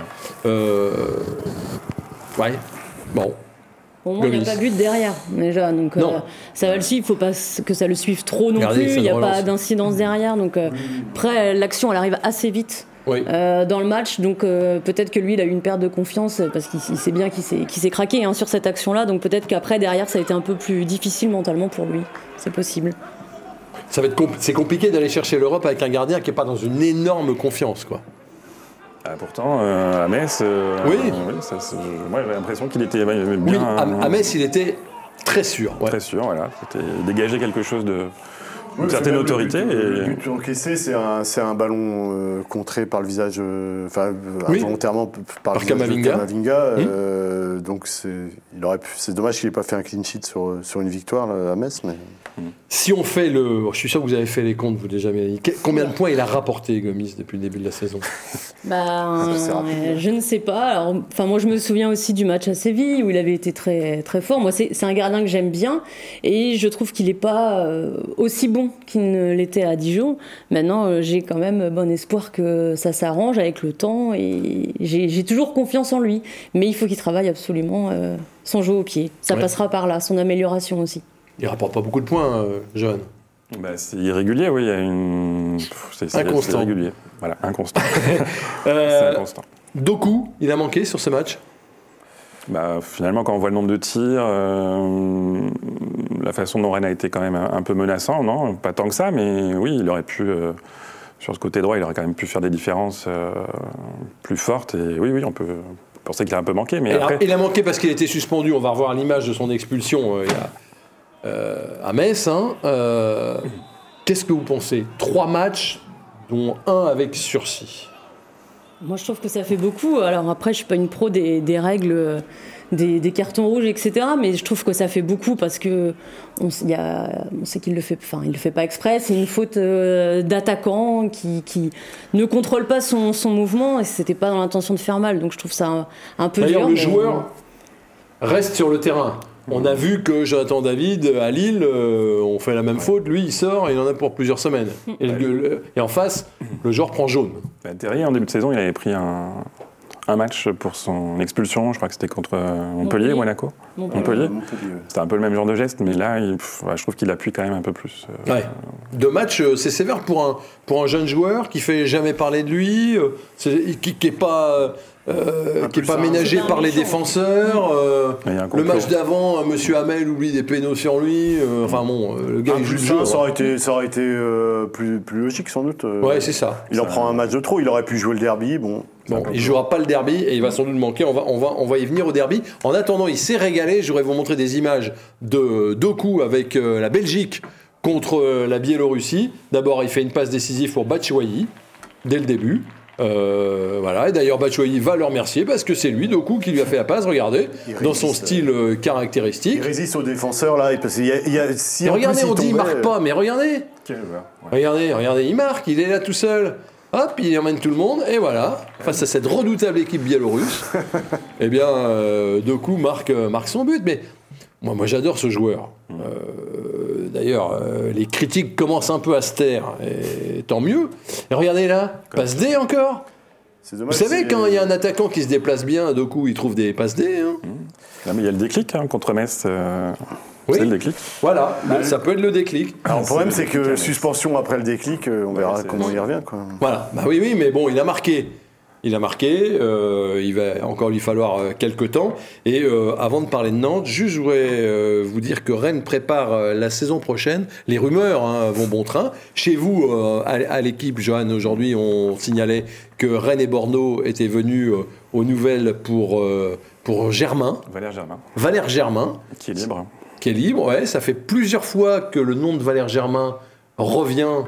Ouais, bon. Pour moi, il n'y a pas but derrière, déjà. Donc, ça va le suivre. Il ne faut pas que ça le suive trop non plus. Il n'y a pas d'incidence derrière. Donc, après, l'action, elle arrive assez vite dans le match. Donc, peut-être que lui, il a eu une perte de confiance parce qu'il sait bien qu'il s'est craqué sur cette action-là. Donc, peut-être qu'après, derrière, ça a été un peu plus difficile mentalement pour lui. C'est possible. C'est compliqué d'aller chercher l'Europe avec un gardien qui n'est pas dans une énorme confiance, quoi. Pourtant, à Metz, moi j'avais l'impression qu'il était bien. Oui, à Metz, il était très sûr. Ouais. Très sûr, voilà. C'était dégager quelque chose une certaine autorité. Le but encaissé, c'est un ballon contré par le visage, involontairement par Kamavinga. Donc c'est dommage qu'il n'ait pas fait un clean sheet sur une victoire là, à Metz. Mais... Si on fait je suis sûr que vous avez fait les comptes, vous l'avez jamais dit. Combien de points il a rapporté, Gomis, depuis le début de la saison? Je ne sais pas. Alors, moi, je me souviens aussi du match à Séville où il avait été très, très fort. Moi, c'est un gardien que j'aime bien et je trouve qu'il n'est pas aussi bon qu'il ne l'était à Dijon. Maintenant, j'ai quand même bon espoir que ça s'arrange avec le temps et j'ai toujours confiance en lui. Mais il faut qu'il travaille absolument son jeu au pied. Ça passera par là, son amélioration aussi. Il rapporte pas beaucoup de points, Johan. C'est irrégulier, oui. Il y a inconstant. C'est irrégulier. Voilà, inconstant. C'est inconstant. Doku, il a manqué sur ce match. Finalement, quand on voit le nombre de tirs, la façon dont Rennes a été quand même un peu menaçant, non, pas tant que ça, mais oui, il aurait pu, sur ce côté droit, il aurait quand même pu faire des différences plus fortes. Et oui, on peut penser qu'il a un peu manqué. Mais après... Il a manqué parce qu'il a été suspendu. On va revoir l'image de son expulsion à Metz. Qu'est-ce que vous pensez? 3 matchs, dont 1 avec sursis. Moi, je trouve que ça fait beaucoup. Alors après, je suis pas une pro des règles, des cartons rouges, etc. Mais je trouve que ça fait beaucoup parce que on sait qu'il le fait. Enfin, il le fait pas exprès. C'est une faute d'attaquant qui ne contrôle pas son mouvement et c'était pas dans l'intention de faire mal. Donc je trouve ça un peu dur. D'ailleurs, le joueur reste sur le terrain. On a vu que Jonathan David, à Lille, on fait la même faute. Lui, il sort et il en a pour plusieurs semaines. Et en face, le joueur prend jaune. Terrier, en début de saison, il avait pris un match pour son expulsion. Je crois que c'était contre Montpellier ou Monaco. Montpellier. C'était un peu le même genre de geste, mais là, je trouve qu'il appuie quand même un peu plus. 2 matchs, c'est sévère pour un jeune joueur qui fait jamais parler de lui, qui n'est pas... qui n'est pas ménagé par les défenseurs. Le match d'avant, Monsieur Hamel oublie des pénaux sur lui. Le gars il joue le jeu. Ça aurait été plus logique sans doute. Ouais, c'est ça. Il en prend un match de trop. Il aurait pu jouer le derby. Bon, il jouera pas le derby et il va sans doute manquer. On va y venir au derby. En attendant, il s'est régalé. Je voudrais vous montrer des images de Doku avec la Belgique contre la Biélorussie. D'abord, il fait une passe décisive pour Batshuayi dès le début. Et d'ailleurs Batshuayi va le remercier parce que c'est lui Doku qui lui a fait la passe, regardez, dans son style caractéristique. Il résiste aux défenseurs là, parce qu'il y a si regardez, on dit il marque pas, mais regardez. Regardez, il marque, il est là tout seul. Hop, il emmène tout le monde, et voilà, face à cette redoutable équipe biélorusse, Doku marque son but, mais moi j'adore ce joueur. D'ailleurs, les critiques commencent un peu à se taire, et tant mieux. Et regardez là, passe D encore. C'est dommage. Vous savez, quand il y a un attaquant qui se déplace bien, d'un coup, il trouve des passes D. Hein. Non, mais il y a le déclic contre Metz. Oui. C'est le déclic. Voilà, ça peut être le déclic. Alors, le problème, c'est que suspension après le déclic, on verra comment il revient. Quoi. Voilà, bah oui, mais bon, il a marqué. Il va encore lui falloir quelques temps. Et avant de parler de Nantes, juste je voudrais vous dire que Rennes prépare la saison prochaine. Les rumeurs vont bon train. Chez vous, à l'équipe, Johan, aujourd'hui, on signalait que Rennes et Bordeaux étaient venus aux nouvelles pour Germain. Valère Germain. Qui est libre. Qui est libre, ouais. Ça fait plusieurs fois que le nom de Valère Germain revient...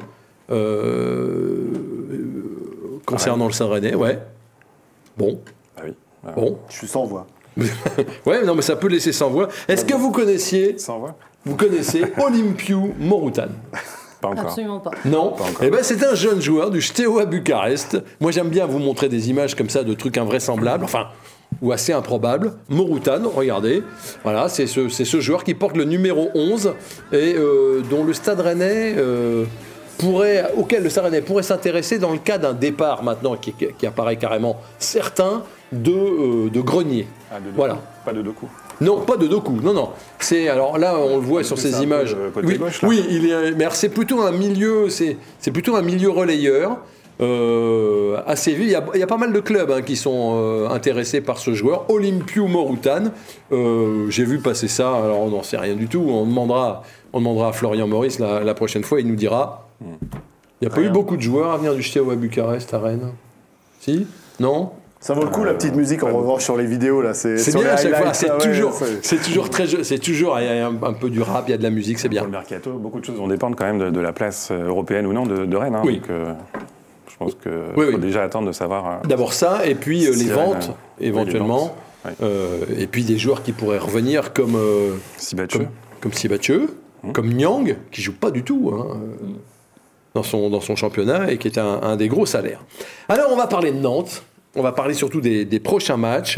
concernant le Stade Rennais, ouais. Bon. Ah oui. Bon. Je suis sans voix. Ouais, non, mais ça peut laisser sans voix. Est-ce que vous connaissiez Sans voix. Vous connaissez Olympiu Morutan? Pas encore. Absolument pas. Non. Pas encore. Eh ben, c'est un jeune joueur du Steaua Bucarest. Moi, j'aime bien vous montrer des images comme ça de trucs invraisemblables, enfin, ou assez improbables. Morutan, regardez. Voilà, c'est ce joueur qui porte le numéro 11 et dont le Stade Rennais... auquel le Stade Rennais pourrait s'intéresser dans le cas d'un départ maintenant qui apparaît carrément certain de Grenier. Voilà. Pas de Doku. Non, pas de Doku. Non. Alors là, on le voit sur ces images. Côté gauche, là. Oui, mais c'est plutôt un milieu. C'est plutôt un milieu relayeur. Assez vite. Il y a pas mal de clubs qui sont intéressés par ce joueur, Olympiu Morutan. J'ai vu passer ça. Alors on n'en sait rien du tout. On demandera à Florian Maurice la prochaine fois. Il nous dira. Il n'y a pas eu beaucoup de joueurs à venir du Steaua Bucarest à Rennes. Si? Non? Ça vaut le coup la petite musique en revanche sur les vidéos là. C'est bien à chaque fois. C'est toujours très. C'est toujours. Il y a un peu du rap, il y a de la musique, c'est bien. Pour le mercato, beaucoup de choses vont dépendre quand même de la place européenne ou non de Rennes. Oui. Donc, je pense qu'il faut déjà attendre de savoir. D'abord ça, et puis les ventes, Rennes, éventuellement. Et puis des joueurs qui pourraient revenir comme Sibathieu. Comme Sibathieu, comme Nyang, qui joue pas du tout dans son championnat et qui est un des gros salaires. Alors on va parler de Nantes. On va parler surtout des prochains matchs.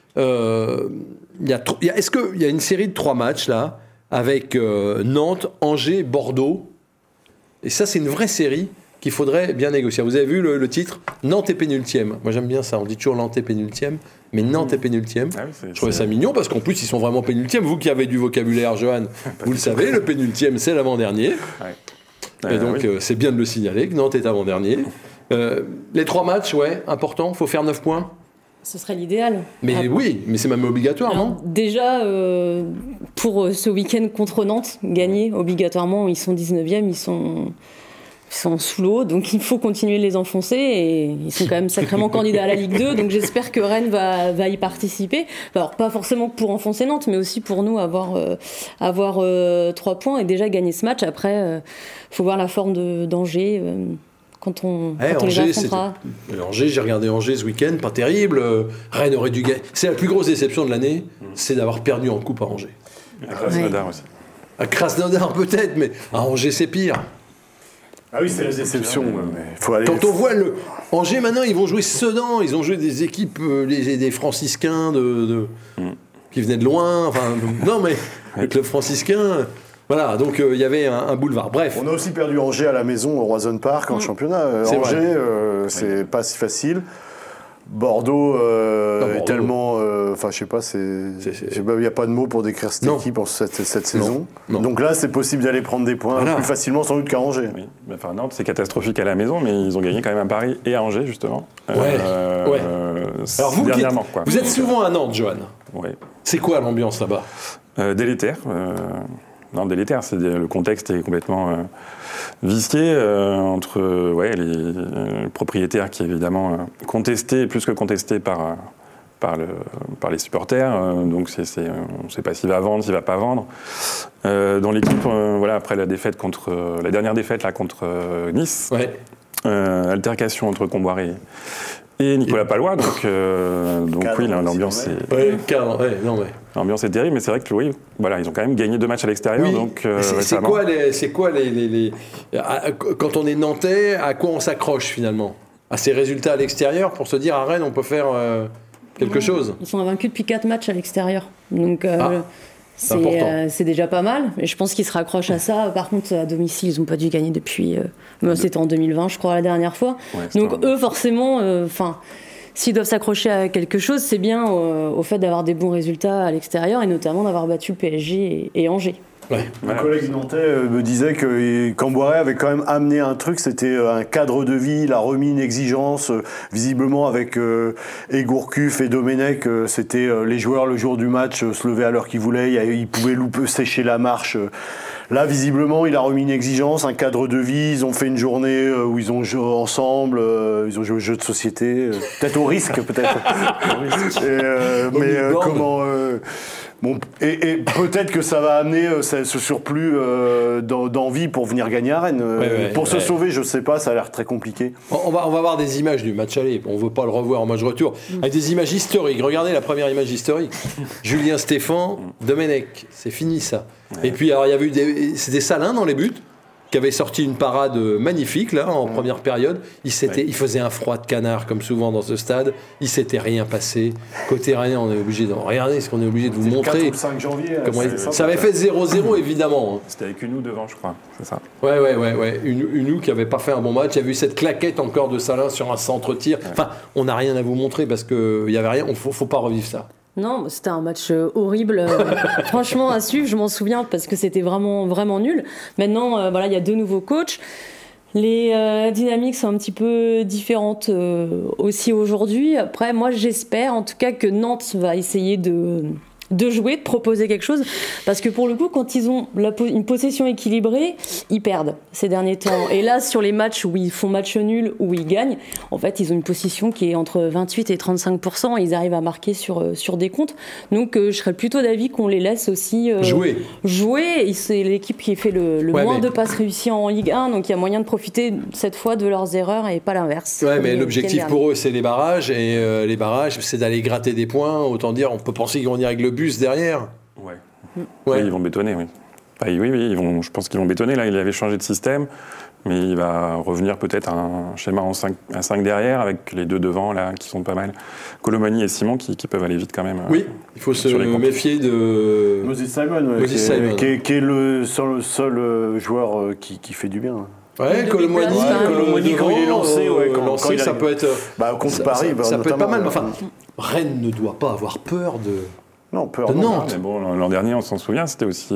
Est-ce qu'il y a une série de 3 matchs là avec Nantes, Angers, Bordeaux? Et ça, c'est une vraie série qu'il faudrait bien négocier. Vous avez vu le titre? Nantes est pénultième. Moi, j'aime bien ça. On dit toujours Nantes est pénultième, mais Nantes est pénultième. Ah oui, je trouvais ça mignon parce qu'en plus, ils sont vraiment pénultièmes. Vous qui avez du vocabulaire, Johan, vous le savez, le pénultième, c'est l'avant-dernier. Ouais. Et donc, c'est bien de le signaler que Nantes est avant-dernier. Les 3 matchs, important. Il faut faire 9 points. Ce serait l'idéal. Mais oui, mais c'est même obligatoire, non? Déjà, pour ce week-end contre Nantes, gagner obligatoirement, ils sont 19e, ils sont sous l'eau, donc il faut continuer de les enfoncer et ils sont quand même sacrément candidats à la Ligue 2, donc j'espère que Rennes va y participer. Alors pas forcément pour enfoncer Nantes, mais aussi pour nous avoir 3 points et déjà gagner ce match. Après, faut voir la forme d'Angers. Quand on les affrontera. Angers, j'ai regardé Angers ce week-end, pas terrible. Rennes aurait dû gagner. C'est la plus grosse déception de l'année, c'est d'avoir perdu en coupe à Angers. À Krasnodar aussi. À Krasnodar peut-être, mais à Angers c'est pire. Ah oui, c'est la déception. Faut aller... Quand on voit Angers maintenant, ils vont jouer Sedan, ils ont joué des équipes, des franciscains qui venaient de loin. Enfin, non mais le club franciscain. Voilà, donc il y avait un boulevard. Bref. On a aussi perdu Angers à la maison au Roison Park en championnat. Angers, c'est pas si facile. Bordeaux est tellement... Enfin, je sais pas, il n'y a pas de mots pour décrire cette équipe en cette saison. Non. Donc là, c'est possible d'aller prendre des points plus facilement sans doute qu'à Angers. Oui. Enfin, Nantes, c'est catastrophique à la maison, mais ils ont gagné quand même à Paris et à Angers, justement. Ouais. Alors vous êtes souvent à Nantes, Johan. Oui. C'est quoi l'ambiance là-bas? Délétère. Non, délétère, le contexte est complètement vicié entre les propriétaires qui évidemment contestés, plus que contestés par les supporters. Donc on ne sait pas s'il va vendre, s'il ne va pas vendre. Dans l'équipe, après la dernière défaite là, contre Nice, altercation entre Comboiré et Nicolas Pallois, donc oui, l'ambiance est... L'ambiance est terrible, mais c'est vrai que ils ont quand même gagné 2 matchs à l'extérieur. Oui. Donc, c'est quoi les quand on est nantais, à quoi on s'accroche finalement? À ces résultats à l'extérieur pour se dire à Rennes on peut faire quelque chose? Ils sont invaincus depuis 4 matchs à l'extérieur. Donc c'est déjà pas mal. Et je pense qu'ils se raccrochent à ça. Par contre, à domicile, ils n'ont pas dû gagner depuis... c'était en 2020, je crois, la dernière fois. Donc eux, forcément... s'ils doivent s'accrocher à quelque chose, c'est bien au fait d'avoir des bons résultats à l'extérieur et notamment d'avoir battu le PSG et Angers. Ouais. Mon collègue nantais me disait que Camboiré avait quand même amené un truc, c'était un cadre de vie, il a remis une exigence, visiblement avec Gourcuff et Domenech, c'était les joueurs le jour du match se levaient à l'heure qu'ils voulaient, ils pouvaient sécher la marche. Là, visiblement, il a remis une exigence, un cadre de vie. Ils ont fait une journée où ils ont joué ensemble, ils ont joué au jeu de société, peut-être au risque, peut-être. Bon, et peut-être que ça va amener ce surplus d'envie pour venir gagner à Rennes. Pour se sauver, je sais pas, ça a l'air très compliqué. On va voir des images du match aller. On veut pas le revoir en match retour. Avec des images historiques. Regardez la première image historique. Julien Stéphan, Domenech. C'est fini ça. Ouais. Et puis alors il y avait c'était Salin dans les buts, qui avait sorti une parade magnifique là en première période. Il faisait un froid de canard comme souvent dans ce stade. Il s'était rien passé. Côté Rennais, on est obligé de regarder ce qu'on est obligé de vous montrer. Le 4 ou 5 janvier. Ça avait fait 0-0 évidemment. C'était avec Unou devant, je crois. C'est ça. Ouais. Unou qui avait pas fait un bon match. Il y a vu cette claquette encore de Salin sur un centre-tir. Enfin, on n'a rien à vous montrer parce que il y avait rien. Faut pas revivre ça. Non, c'était un match horrible, franchement à suivre, je m'en souviens parce que c'était vraiment, vraiment nul. Maintenant, il y a 2 nouveaux coachs. Les dynamiques sont un petit peu différentes aussi aujourd'hui. Après, moi j'espère en tout cas que Nantes va essayer de jouer, de proposer quelque chose, parce que pour le coup, quand ils ont une possession équilibrée, ils perdent ces derniers temps. Et là, sur les matchs où ils font match nul, où ils gagnent, en fait, ils ont une possession qui est entre 28 et 35%, et ils arrivent à marquer sur des comptes. Donc, je serais plutôt d'avis qu'on les laisse aussi jouer. Et c'est l'équipe qui fait le moins de passes réussies en Ligue 1, donc il y a moyen de profiter cette fois de leurs erreurs et pas l'inverse. Ouais, mais l'objectif pour eux, c'est les barrages, et les barrages, c'est d'aller gratter des points. Autant dire, on peut penser qu'ils vont venir avec le bus derrière. Ouais. Oui, ils vont bétonner, oui. Je pense qu'ils vont bétonner. Là, il avait changé de système, mais il va revenir peut-être à un schéma à 5 derrière, avec les 2 devant, là, qui sont pas mal. Colomani et Simon, qui peuvent aller vite quand même. Oui, il faut se méfier de... Moses Simon, qui est le seul joueur qui fait du bien. Ouais, Colomani, quand il est lancé, quand ça peut être... contre Paris, ça peut être pas mal. Enfin, Rennes ne doit pas avoir peur de... Non, de Nantes. Mais bon, l'an dernier, on s'en souvient, c'était aussi...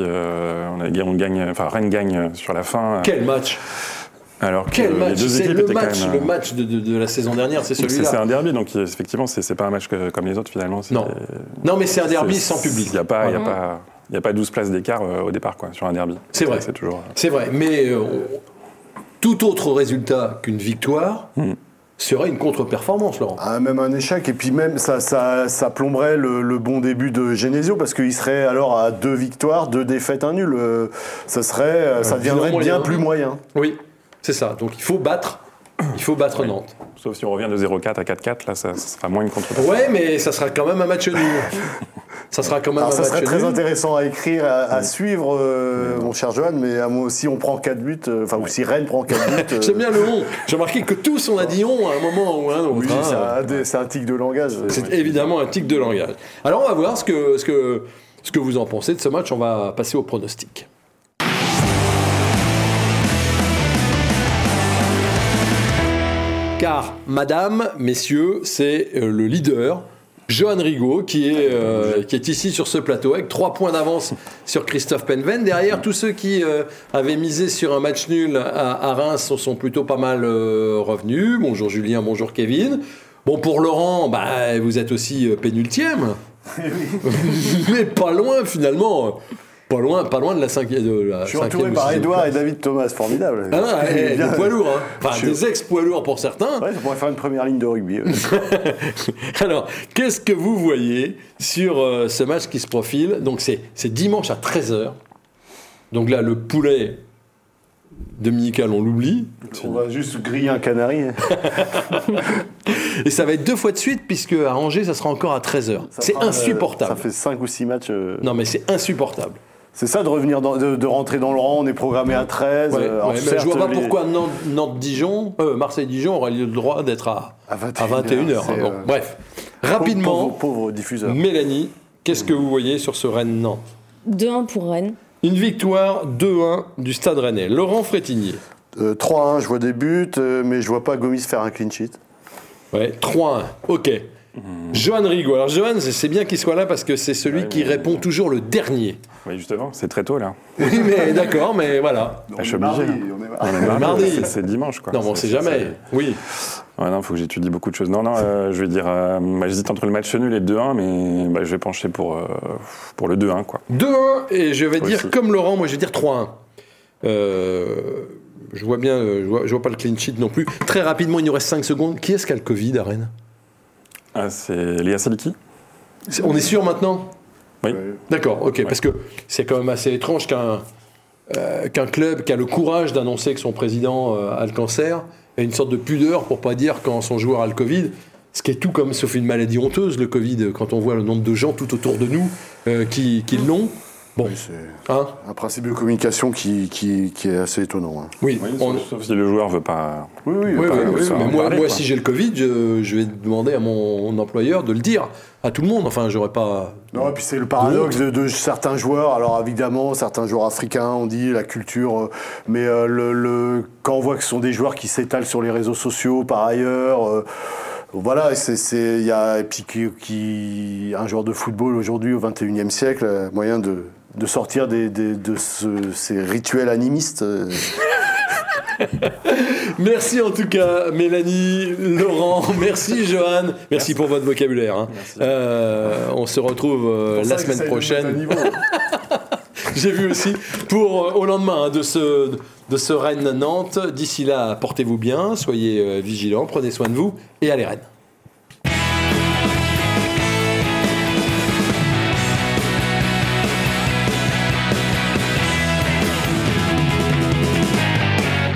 Rennes gagne sur la fin. Quel match! Alors quel match! C'est le match de la saison dernière, c'est celui-là. C'est un derby, donc effectivement, c'est pas un match comme les autres, finalement. Non, mais c'est un derby sans public. Il n'y a pas 12 places d'écart au départ, quoi, sur un derby. C'est vrai. C'est vrai, mais tout autre résultat qu'une victoire... serait une contre-performance, Laurent. Même un échec, et puis même ça plomberait le bon début de Genesio, parce qu'il serait alors à 2 victoires, 2 défaites, 1 nul. Ça deviendrait bien plus moyen. Oui, c'est ça. Donc il faut battre Nantes. Sauf si on revient de 0-4 à 4-4, là ça sera moins une contre-performance. Ouais, mais ça sera quand même un match nul. Ça serait très intéressant à écrire, à suivre, mon cher Johan, mais moi aussi on prend 4 buts, ou si Rennes prend 4 buts. J'aime bien le on. J'ai remarqué que tous on a dit on à un moment ou à un autre. Oui, c'est un tic de langage. C'est évidemment un tic de langage. Alors on va voir ce que vous en pensez de ce match. On va passer au pronostic. Car, madame, messieurs, c'est le leader, Johan Rigaud, qui est ici sur ce plateau, avec 3 points d'avance sur Christophe Penven. Derrière, tous ceux qui avaient misé sur un match nul à Reims sont plutôt pas mal revenus. Bonjour Julien, bonjour Kevin. Bon, pour Laurent, vous êtes aussi pénultième. Mais pas loin, finalement. Pas loin de la cinquième. Je suis entouré par Edouard et David Thomas, formidable. Des poids lourds, hein. Enfin, des ex-poids lourds pour certains. Ouais, ça pourrait faire une première ligne de rugby. Alors, qu'est-ce que vous voyez sur ce match qui se profile? Donc, c'est dimanche à 13h. Donc là, le poulet dominical, on l'oublie. On va juste griller un canari. Et ça va être 2 fois de suite, puisque à Angers, ça sera encore à 13h. C'est insupportable. Ça fait 5 ou 6 matchs. Non, mais c'est insupportable. C'est ça, de rentrer dans le rang, on est programmé à 13. Mais je vois pas pourquoi Marseille-Dijon aurait le droit d'être à 21h. Bon, bref, rapidement, pauvre diffuseur. Mélanie, qu'est-ce que vous voyez sur ce Rennes-Nantes? 2-1 pour Rennes. Une victoire 2-1 du Stade Rennais. Laurent Frétinier. 3-1, je vois des buts, mais je vois pas Gomis faire un clean sheet. Ouais, 3-1. Ok. Johan Rigaud. Alors Johan, c'est bien qu'il soit là parce que c'est celui qui répond toujours le dernier. Oui, justement, c'est très tôt là. Oui, mais d'accord, mais voilà. Je suis obligé. On est mardi. C'est dimanche, quoi. Non, mais on sait jamais. Oui. Ouais, non, faut que j'étudie beaucoup de choses. Non, je vais dire, j'hésite entre le match nul et le 2-1, mais je vais pencher pour le 2-1, quoi. 2-1, et je vais dire Aussi. comme Laurent, moi je vais dire 3-1. Je vois bien, je vois pas le clean sheet non plus. Très rapidement, il nous reste 5 secondes. Qui est-ce qui a le Covid à Rennes? Ah, c'est Léa Saliki. On est sûr maintenant? Oui. D'accord, ok, parce que c'est quand même assez étrange qu'un club qui a le courage d'annoncer que son président a le cancer ait une sorte de pudeur pour pas dire quand son joueur a le Covid, ce qui est tout comme sauf une maladie honteuse, le Covid, quand on voit le nombre de gens tout autour de nous qui l'ont. Bon, Oui, c'est un principe de communication qui est assez étonnant. Hein. Oui, Oui, sauf si le joueur veut pas. Oui, mais moi si j'ai le Covid, je vais demander à mon employeur de le dire à tout le monde. Enfin, j'aurais pas. Non, et puis c'est le paradoxe de certains joueurs. Alors évidemment, certains joueurs africains, on dit la culture, mais quand on voit que ce sont des joueurs qui s'étalent sur les réseaux sociaux par ailleurs. Voilà, il y a et puis un joueur de football aujourd'hui au XXIe siècle, moyen de sortir ces rituels animistes. Merci en tout cas, Mélanie, Laurent, merci Johan, merci pour votre vocabulaire. Hein. On se retrouve la semaine prochaine. J'ai vu aussi au lendemain de ce Rennes-Nantes. D'ici là, portez-vous bien, soyez vigilants, prenez soin de vous et allez Rennes.